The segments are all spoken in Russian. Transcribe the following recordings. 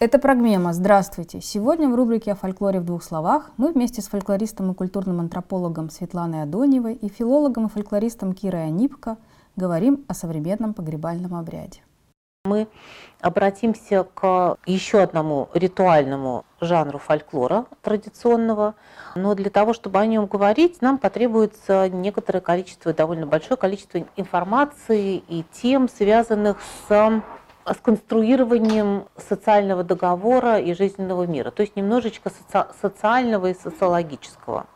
Это Прогмема. Здравствуйте! Сегодня в рубрике «О фольклоре в двух словах» мы вместе с фольклористом и культурным антропологом Светланой Адоньевой и филологом и фольклористом Кирой Анипко говорим о современном погребальном обряде. Мы обратимся к еще одному ритуальному жанру фольклора традиционного, но для того, чтобы о нем говорить, нам потребуется некоторое количество, довольно большое количество информации и тем, связанных с конструированием социального договора и жизненного мира, то есть немножечко социального и социологического.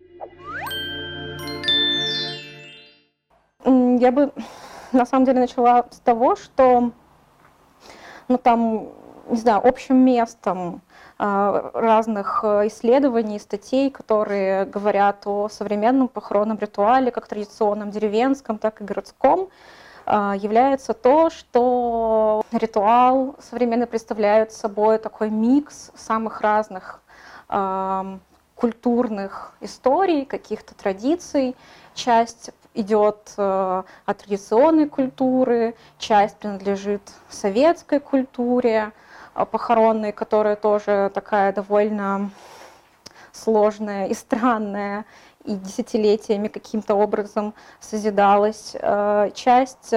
Я бы на самом деле начала с того, что общим местом разных исследований, статей, которые говорят о современном похоронном ритуале, как традиционном деревенском, так и городском, является то, что ритуал современно представляет собой такой микс самых разных культурных историй, каких-то традиций. Часть идет от традиционной культуры, часть принадлежит советской культуре похоронной, которая тоже такая довольно сложная и странная, и десятилетиями каким-то образом созидалась. Часть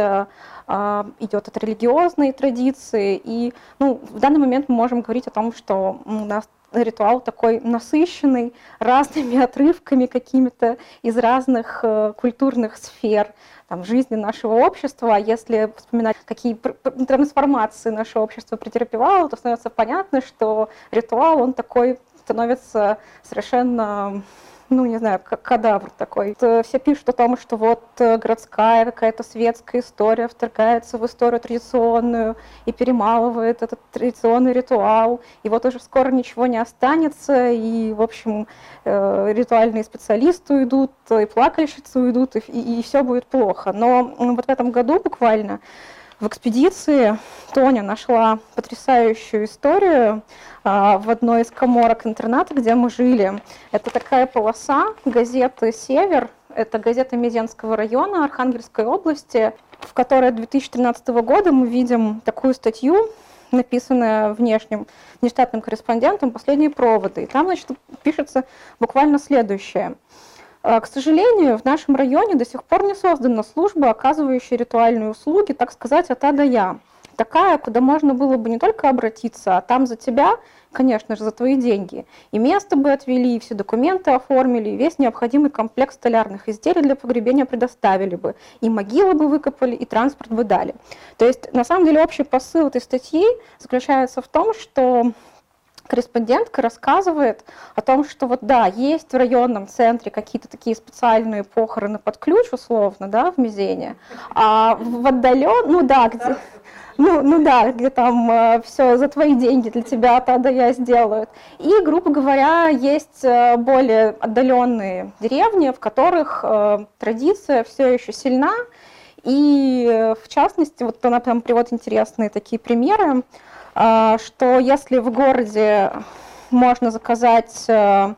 идет от религиозной традиции. И в данный момент мы можем говорить о том, что у нас ритуал такой насыщенный разными отрывками какими-то из разных культурных сфер жизни нашего общества. А если вспоминать, какие трансформации наше общество претерпевало, то становится понятно, что ритуал, он такой становится совершенно, как кадавр такой. Все пишут о том, что вот городская какая-то светская история вторгается в историю традиционную и перемалывает этот традиционный ритуал. И вот уже скоро ничего не останется, и, в общем, ритуальные специалисты уйдут, и плакальщицы уйдут, и все будет плохо. Но вот в этом году буквально в экспедиции Тоня нашла потрясающую историю в одной из каморок интерната, где мы жили. Это такая полоса газеты «Север», это газета Мезенского района Архангельской области, в которой 2013 года мы видим такую статью, написанная внештатным корреспондентом «Последние проводы». И там, пишется буквально следующее. К сожалению, в нашем районе до сих пор не создана служба, оказывающая ритуальные услуги, так сказать, от А до Я. Такая, куда можно было бы не только обратиться, а там за тебя, конечно же, за твои деньги. И место бы отвели, и все документы оформили, и весь необходимый комплект столярных изделий для погребения предоставили бы, и могилы бы выкопали, и транспорт бы дали. То есть, на самом деле, общий посыл этой статьи заключается в том, что корреспондентка рассказывает о том, что есть в районном центре какие-то такие специальные похороны под ключ, условно, в Мезене, а в где там все за твои деньги для тебя от А до Я сделают. И, грубо говоря, есть более отдаленные деревни, в которых традиция все еще сильна. И, в частности, она там приводит интересные такие примеры, что если в городе можно заказать за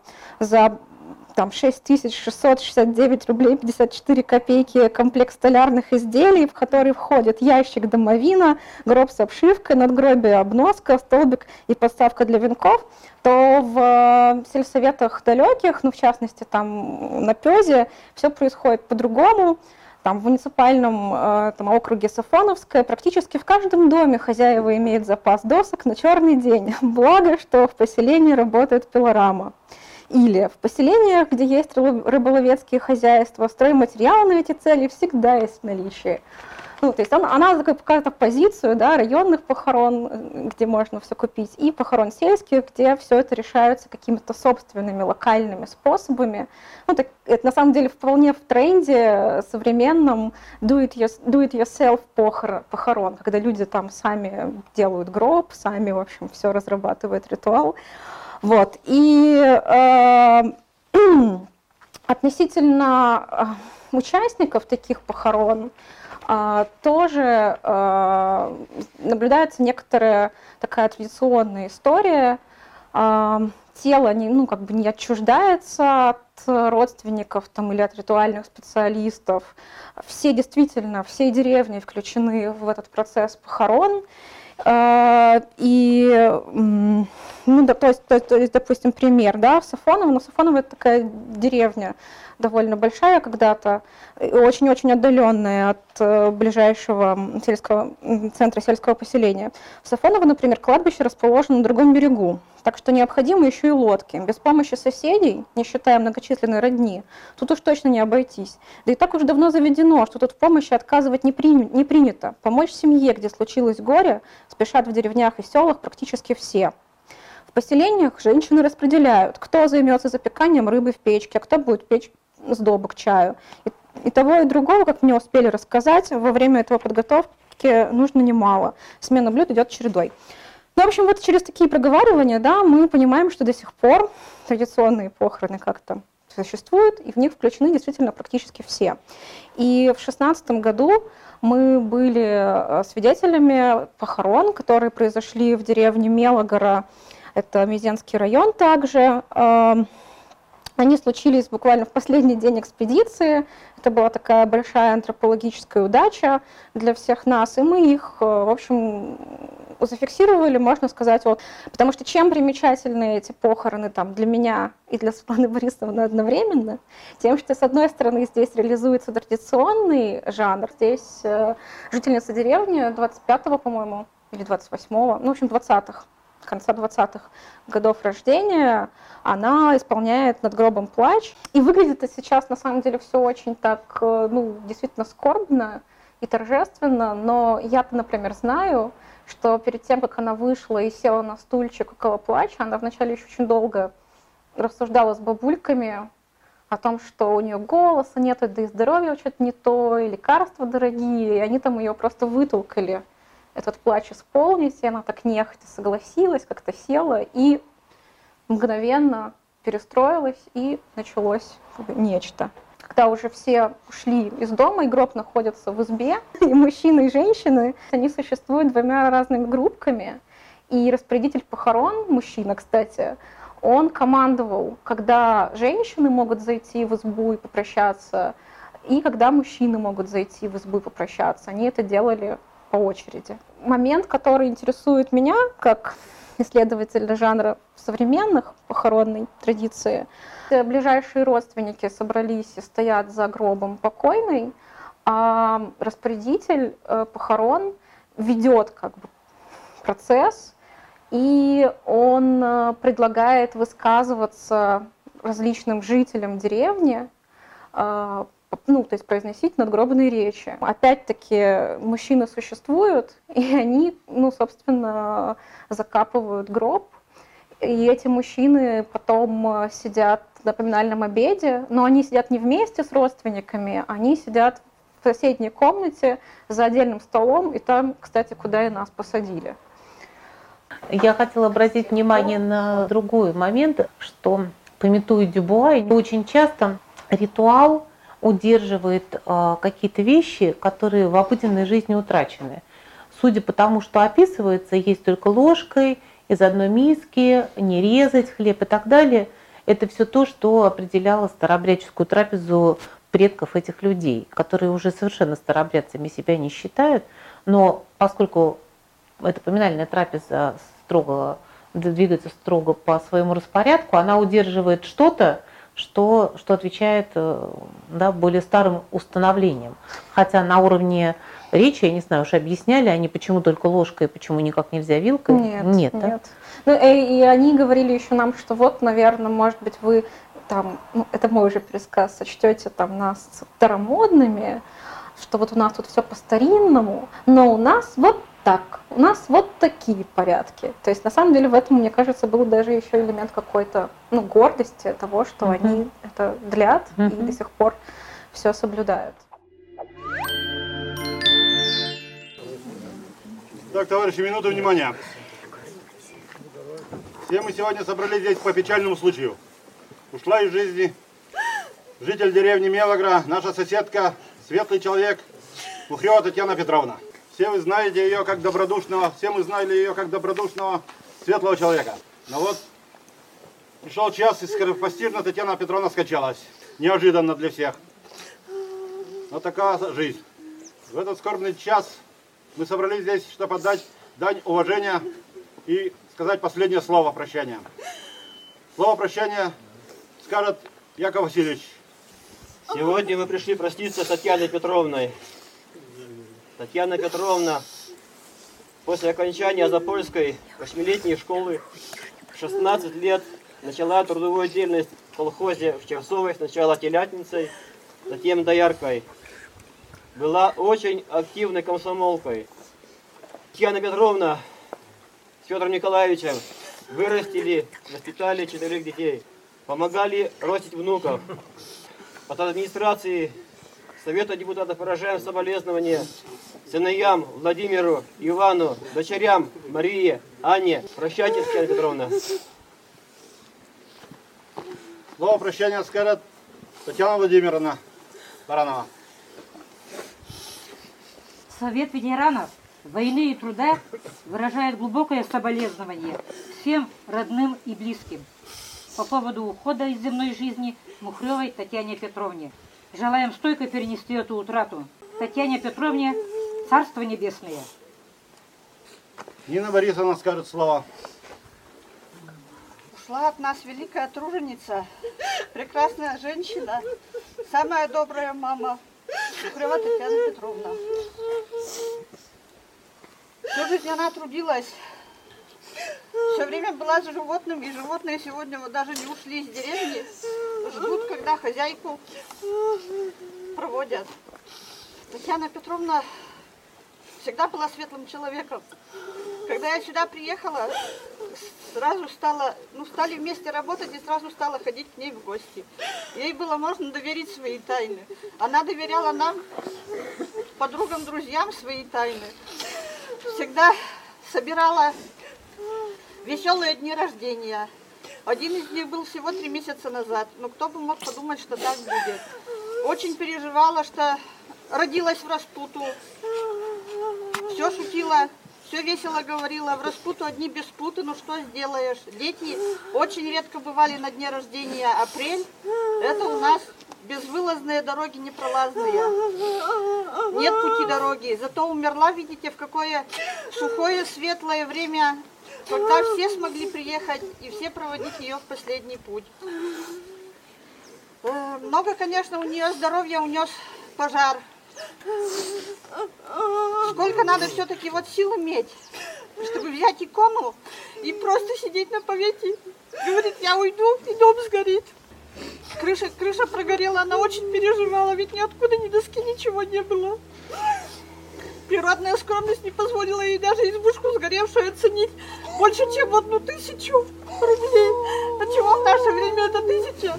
6669 рублей 54 копейки комплект столярных изделий, в который входит ящик домовина, гроб с обшивкой, надгробие, обноска, столбик и подставка для венков, то в сельсоветах далеких, в частности на Пёзе, все происходит по-другому. В муниципальном округе Сафоновское практически в каждом доме хозяева имеют запас досок на черный день. Благо, что в поселении работает пилорама. Или в поселениях, где есть рыболовецкие хозяйства, стройматериалы на эти цели всегда есть в наличии. То есть она показывает позицию районных похорон, где можно все купить, и похорон сельских, где все это решается какими-то собственными локальными способами. Это на самом деле вполне в тренде современном do-it-yourself похорон, когда люди сами делают гроб, сами, в общем, все разрабатывают ритуал. И относительно участников таких похорон тоже наблюдается некоторая такая традиционная история. Тело не отчуждается от родственников или от ритуальных специалистов. Все деревни включены в этот процесс похорон. Ну, да, то есть, допустим, пример, да, Сафоново, но Сафоново это такая деревня довольно большая когда-то, очень-очень отдаленная от ближайшего центра сельского поселения. В Сафоново, например, кладбище расположено на другом берегу, так что необходимы еще и лодки. Без помощи соседей, не считая многочисленной родни, тут уж точно не обойтись. Да и так уж давно заведено, что тут в помощи отказывать не принято. Помочь семье, где случилось горе, спешат в деревнях и селах практически все. В поселениях женщины распределяют, кто займется запеканием рыбы в печке, а кто будет печь сдобы к чаю. И того, и другого, как мне успели рассказать, во время этого подготовки нужно немало. Смена блюд идет чередой. Ну, в общем, вот через такие проговаривания, да, мы понимаем, что до сих пор традиционные похороны как-то существуют, и в них включены действительно практически все. И в 2016 году мы были свидетелями похорон, которые произошли в деревне Мелогора, это Мезенский район также. Они случились буквально в последний день экспедиции. Это была такая большая антропологическая удача для всех нас, и мы их, в общем, зафиксировали, можно сказать, вот, потому что чем примечательны эти похороны там, для меня и для Светланы Борисовны одновременно, тем, что, с одной стороны, здесь реализуется традиционный жанр, здесь жительница деревни 25-го, по-моему, или 28-го, ну, в общем, 20-х, конца 20-х годов рождения, она исполняет «Над гробом плач». И выглядит это сейчас, на самом деле, все очень так, ну, действительно скорбно и торжественно, но я-то, например, знаю, что перед тем, как она вышла и села на стульчик около плача, она вначале еще очень долго рассуждала с бабульками о том, что у нее голоса нет, да и здоровье что-то не то, и лекарства дорогие, и они там ее просто вытолкали этот плач исполнить, и она так нехотя согласилась, как-то села и мгновенно перестроилась, и началось нечто. Когда уже все ушли из дома, и гроб находится в избе, и мужчины, и женщины, они существуют двумя разными группками, и распорядитель похорон, мужчина, кстати, он командовал, когда женщины могут зайти в избу и попрощаться, и когда мужчины могут зайти в избу и попрощаться. Они это делали по очереди. Момент, который интересует меня, как исследователя жанра современных похоронной традиции, ближайшие родственники собрались и стоят за гробом покойной, а распорядитель похорон ведет как бы процесс, и он предлагает высказываться различным жителям деревни, ну, то есть произносить надгробные речи. Опять-таки, мужчины существуют, и они, ну, собственно, закапывают гроб. И эти мужчины потом сидят на поминальном обеде, но они сидят не вместе с родственниками, они сидят в соседней комнате за отдельным столом, и там, кстати, куда и нас посадили. Я хотела обратить внимание на другой момент, что, памятуя Дюбуа, очень часто ритуал удерживает какие-то вещи, которые в обыденной жизни утрачены. Судя по тому, что описывается, есть только ложкой, из одной миски, не резать хлеб и так далее. Это все то, что определяло старообрядческую трапезу предков этих людей, которые уже совершенно старообрядцами себя не считают. Но поскольку эта поминальная трапеза двигается строго по своему распорядку, она удерживает что-то, что отвечает, да, более старым установлениям. Хотя на уровне речи, я не знаю, уж объясняли они, почему только ложкой, почему никак нельзя вилкой? Нет. Да? Ну, и они говорили еще нам, что вот, наверное, может быть, вы там, ну, это мой уже пересказ, сочтете там нас старомодными, что вот у нас тут все по-старинному, но у нас вот так, у нас вот такие порядки. То есть, на самом деле, в этом, мне кажется, был даже еще элемент какой-то, ну, гордости того, что они это длят и до сих пор все соблюдают. Так, товарищи, минуту внимания. Все мы сегодня собрались здесь по печальному случаю. Ушла из жизни житель деревни Мелогра, наша соседка, светлый человек, Мухрева Татьяна Петровна. Все вы знаете ее как добродушного, все мы знали ее как добродушного, светлого человека. Но вот пришел час, и скоропостижно Татьяна Петровна скончалась. Неожиданно для всех. Но такая жизнь. В этот скорбный час мы собрались здесь, чтобы отдать дань уважения и сказать последнее слово прощания. Слово прощания скажет Яков Васильевич. Сегодня мы пришли проститься с Татьяной Петровной. Татьяна Петровна после окончания Запольской 8-летней школы в 16 лет начала трудовую деятельность в колхозе в Черсовой, сначала телятницей, затем дояркой. Была очень активной комсомолкой. Татьяна Петровна с Федором Николаевичем вырастили, воспитали 4 детей, помогали растить внуков. От администрации Совета депутатов выражаем соболезнования сыновьям Владимиру, Ивану, дочерям Марии, Анне. Прощайте, Татьяна Петровна. Слово прощания скажет Татьяна Владимировна Баранова. Совет ветеранов войны и труда выражает глубокое соболезнование всем родным и близким по поводу ухода из земной жизни Мухревой Татьяне Петровне. Желаем стойко перенести эту утрату. Татьяне Петровне Царство Небесное. Нина Борисовна скажет слово. Ушла от нас великая труженица, прекрасная женщина, самая добрая мама, Мухрева Татьяна Петровна. Всю жизнь она трудилась, все время была с животным, и животные сегодня вот даже не ушли из деревни, ждут, когда хозяйку проводят. Татьяна Петровна всегда была светлым человеком. Когда я сюда приехала, сразу стали вместе работать и сразу стала ходить к ней в гости. Ей было можно доверить свои тайны. Она доверяла нам, подругам, друзьям, свои тайны. Всегда собирала веселые дни рождения. Один из них был всего 3 месяца назад. Но кто бы мог подумать, что так будет. Очень переживала, что родилась в распуту. Все шутила, все весело говорила. В распуту одни беспуты, ну что сделаешь. Дети очень редко бывали на дне рождения. Апрель – это у нас безвылазные дороги непролазные. Нет пути дороги. Зато умерла, видите, в какое сухое, светлое время, когда все смогли приехать и все проводить ее в последний путь. Много, конечно, у нее здоровья унес пожар. Сколько надо все-таки вот сил иметь, чтобы взять икону и просто сидеть на повете. Говорит, я уйду, и дом сгорит. Крыша прогорела, она очень переживала, ведь ниоткуда ни доски, ничего не было. Природная скромность не позволила ей даже избушку сгоревшую оценить больше, чем в 1000 рублей. А чего в наше время это 1000?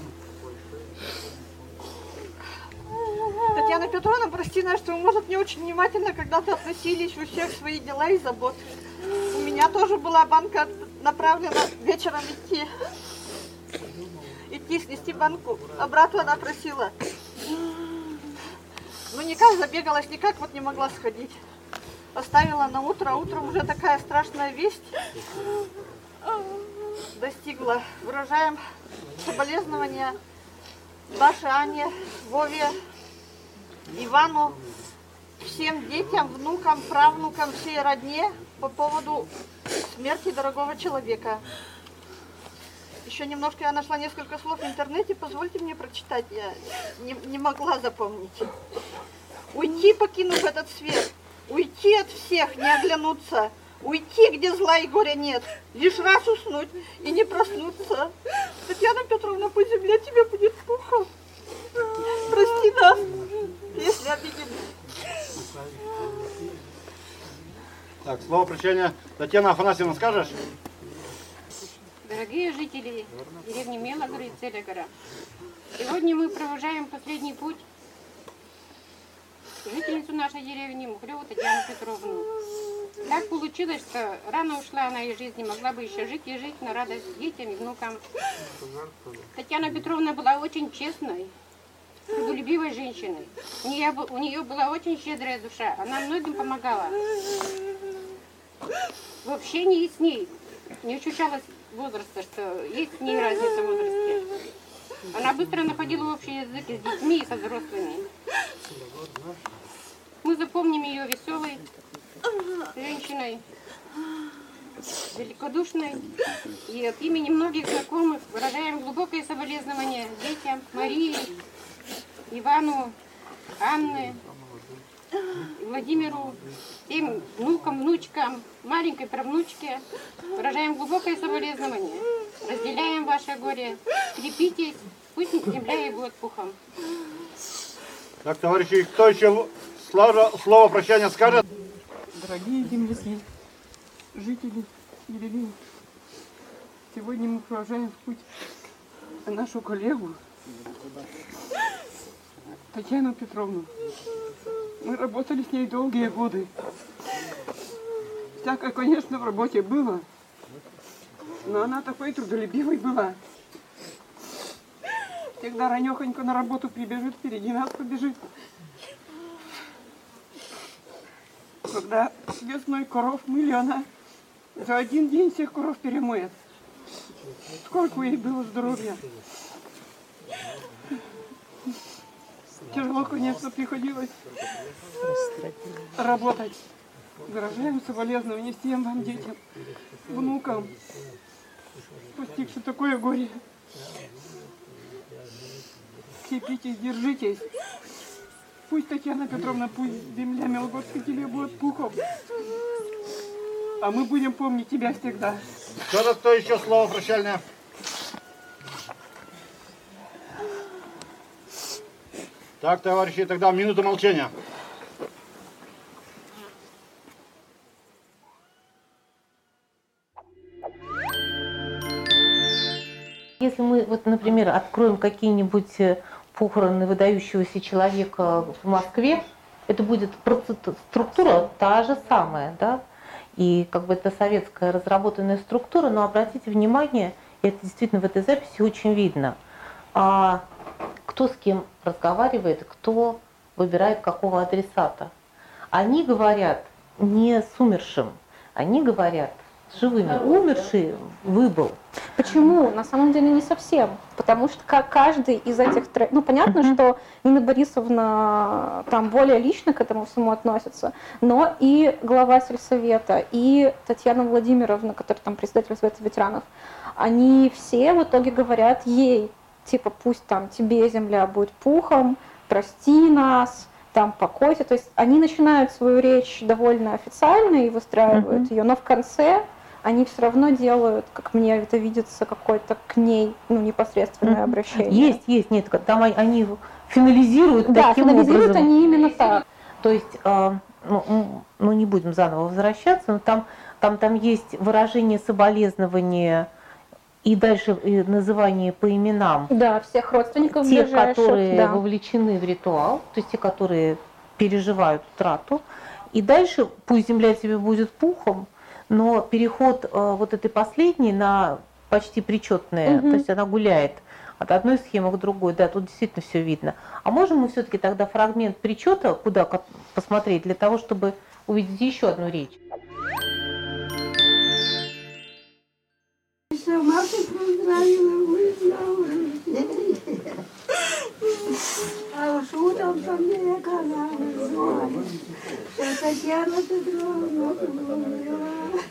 Татьяна Петровна, прости нас, что мы, может, не очень внимательно когда-то относились у всех свои дела и заботы. У меня тоже была банка направлена вечером идти снести банку. Обратно она просила. Ну никак забегалась, никак вот не могла сходить. Оставила на утро, а утром уже такая страшная весть достигла. Выражаем соболезнования Даше, Ане, Вове, Ивану, всем детям, внукам, правнукам, всей родне по поводу смерти дорогого человека. Еще немножко я нашла несколько слов в интернете, позвольте мне прочитать, я не могла запомнить. Уйти, покинув этот свет, уйти от всех, не оглянуться, уйти, где зла и горя нет, лишь раз уснуть и не проснуться. Татьяна Петровна, по земле тебе будет пухом. Прости нас, если обидели. Так, слово прощания. Татьяна Афанасьевна, скажешь? Дорогие жители деревни Мелогор и Целегора, сегодня мы провожаем последний путь жительницу нашей деревни Мухреву Татьяну Петровну. Так получилось, что рано ушла она из жизни, могла бы еще жить и жить на радость детям и внукам. Татьяна Петровна была очень честной, трудолюбивой женщиной. У нее была очень щедрая душа, она многим помогала. В общении с ней не ощущалось возраста, что есть с ней разница в возрасте. Она быстро находила общий язык с детьми и со взрослыми. Мы запомним ее веселой женщиной, великодушной. И от имени многих знакомых выражаем глубокое соболезнование детям Марии, Ивану, Анне, Владимиру, всем внукам, внучкам, маленькой правнучке. Выражаем глубокое соболезнование. Разделяем ваше горе. Крепитесь, пусть земля и будет пухом. Так, товарищи, кто еще слово прощания скажет? Дорогие земляки, жители деревень, сегодня мы провожаем в путь нашу коллегу Татьяну Петровну. Мы работали с ней долгие годы. Всякое, конечно, в работе было, но она такой трудолюбивой была. Всегда ранехонько на работу прибежит, впереди нас побежит. Когда весной коров мыли, она за один день всех коров перемоет. Сколько ей было здоровья. Тяжело, конечно, приходилось работать. Выражаем соболезнования всем вам, детям, внукам, постигшим такое горе. Крепитесь, держитесь. Пусть Татьяна Петровна, пусть земля Мелгорской теле будет пухом. А мы будем помнить тебя всегда. Кто еще слово прощальное? Так, товарищи, тогда минуту молчания. Если мы, вот, например, откроем какие-нибудь похороны выдающегося человека в Москве, это будет структура та же самая, да? И как бы это советская разработанная структура, но обратите внимание, и это действительно в этой записи очень видно, кто с кем разговаривает, кто выбирает какого адресата. Они говорят не с умершим, они говорят с живыми. Умерший выбыл. Почему? На самом деле не совсем. Потому что каждый из этих треков... Ну, понятно, что Нина Борисовна там более лично к этому всему относится, но и глава сельсовета, и Татьяна Владимировна, которая там председатель Совета ветеранов, они все в итоге говорят ей, типа, пусть там тебе земля будет пухом, прости нас, там покойся. То есть они начинают свою речь довольно официально и выстраивают ее, но в конце они все равно делают, как мне это видится, какое-то к ней непосредственное обращение. Есть, нет, там они финализируют да, таким финализируют образом. они именно так. То есть, не будем заново возвращаться, но там есть выражение соболезнования и дальше называние по именам. Да, всех родственников тех, ближайших, которые вовлечены в ритуал, то есть те, которые переживают утрату. И дальше пусть земля тебе будет пухом, но переход вот этой последней на почти причетное, то есть она гуляет от одной схемы к другой, да, тут действительно все видно. А можем мы все-таки тогда фрагмент причета куда посмотреть для того, чтобы увидеть еще одну речь? А уж утром ко мне казалось звонит, что Татьяна Петровна умерла.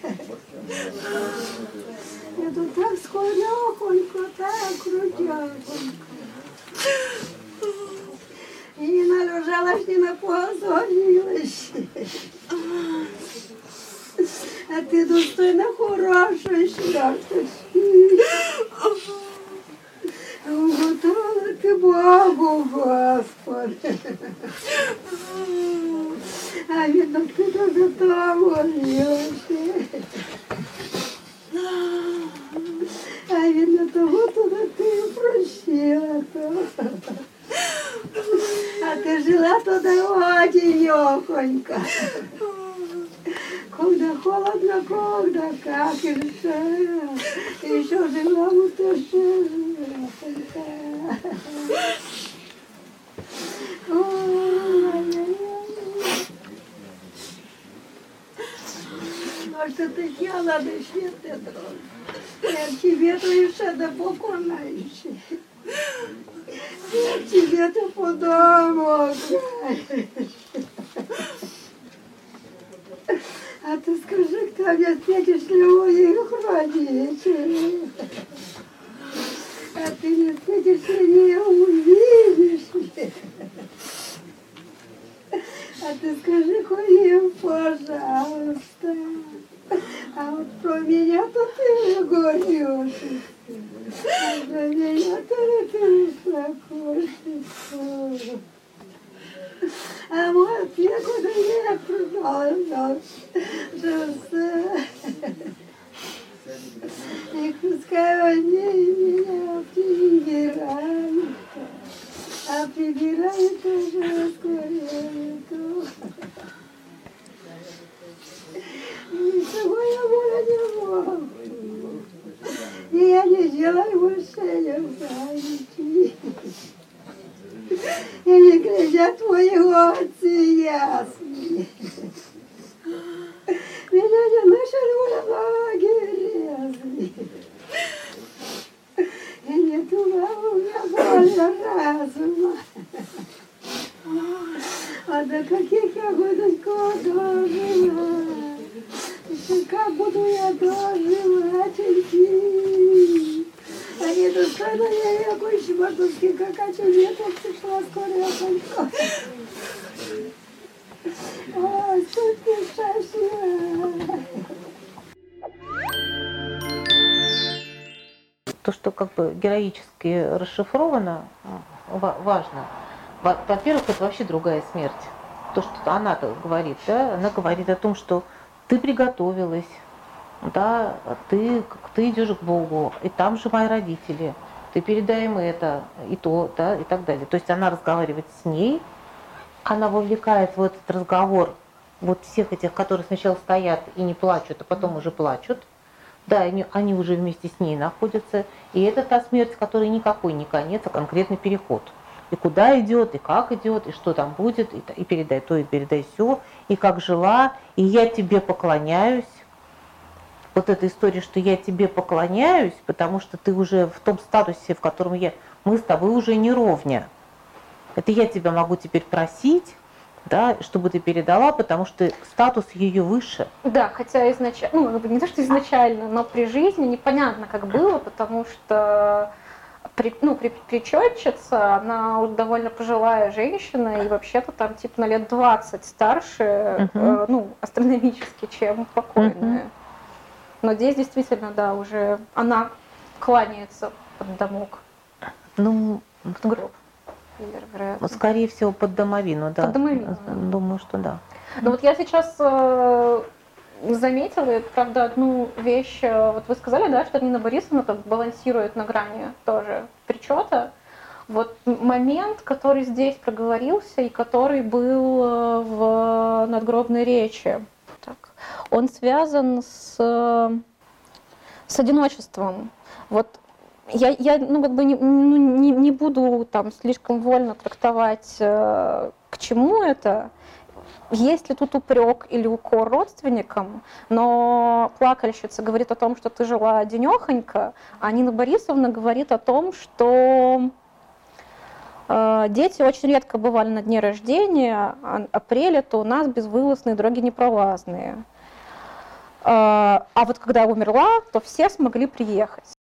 Я тут так скорехонько, так крутехонько. И не належалась, не напозорилась. А ти достойна хорошої шляхточки. Готова ти Богу, Господи. А видно, ти до того молилася. А видно, того туди ти просила. А ти жила туди одинёхонька. Когда холодно, когда как еще жила в утеше. Может, Татьяна дышит, Петровна. Я тебе-то еще да поконаешь. Я тебе-то подумал. А ты скажи, кто когда мне встретишь любую хранитель. А ты не встретишься, не увидишь. А ты скажи, Хулием, пожалуйста. А вот про меня-то ты горюшечка. А про меня-то ты сокошечка. А мой ответ уже не продолжал. И пускай они меня прибирают, а прибирают уже скорее. Ничего я более не могу. И я не делаю больше памяти. И не глядят моего отцы ясные. Меня не нашли в ноги грязные. И нет у меня более разума. А до каких я буду дожила? Как буду я дожила, идти? А не достойно я якусь мордовский, как летом пришла скорая палька. Ой, тут счастье. То, что как бы героически расшифровано, важно. Во-первых, это вообще другая смерть. То, что она-то говорит, да, она говорит о том, что ты приготовилась, да, ты идешь к Богу, и там же мои родители, ты передай им это, и то, да, и так далее. То есть она разговаривает с ней, она вовлекает в этот разговор вот всех этих, которые сначала стоят и не плачут, а потом уже плачут. Да, они уже вместе с ней находятся. И это та смерть, которой никакой не конец, а конкретный переход. И куда идет, и как идет, и что там будет, и передай то, и передай сё, и как жила, и я тебе поклоняюсь. Вот эта история, что я тебе поклоняюсь, потому что ты уже в том статусе, в котором мы с тобой уже не ровня. Это я тебя могу теперь просить, да, чтобы ты передала, потому что статус ее выше. Да, хотя изначально, ну, не то, что изначально, но при жизни непонятно, как было, потому что причетчица, она довольно пожилая женщина, и вообще-то там типа на лет 20 старше, астрономически, чем покойная. Но здесь действительно, да, уже она кланяется под домок. Ну, в гроб. Скорее всего, под домовину, да. Под домовину. Думаю, что да. Ну вот я сейчас заметила, правда, одну вещь. Вот вы сказали, да, что Нина Борисовна как балансирует на грани тоже причета. Вот момент, который здесь проговорился и который был в надгробной речи, так, он связан с одиночеством. Вот я не буду там слишком вольно трактовать, к чему это. Есть ли тут упрек или укор родственникам, но плакальщица говорит о том, что ты жила одинехонько, а Нина Борисовна говорит о том, что дети очень редко бывали на дне рождения, апрель-то у нас безвылазные, дороги непролазные. А вот когда умерла, то все смогли приехать.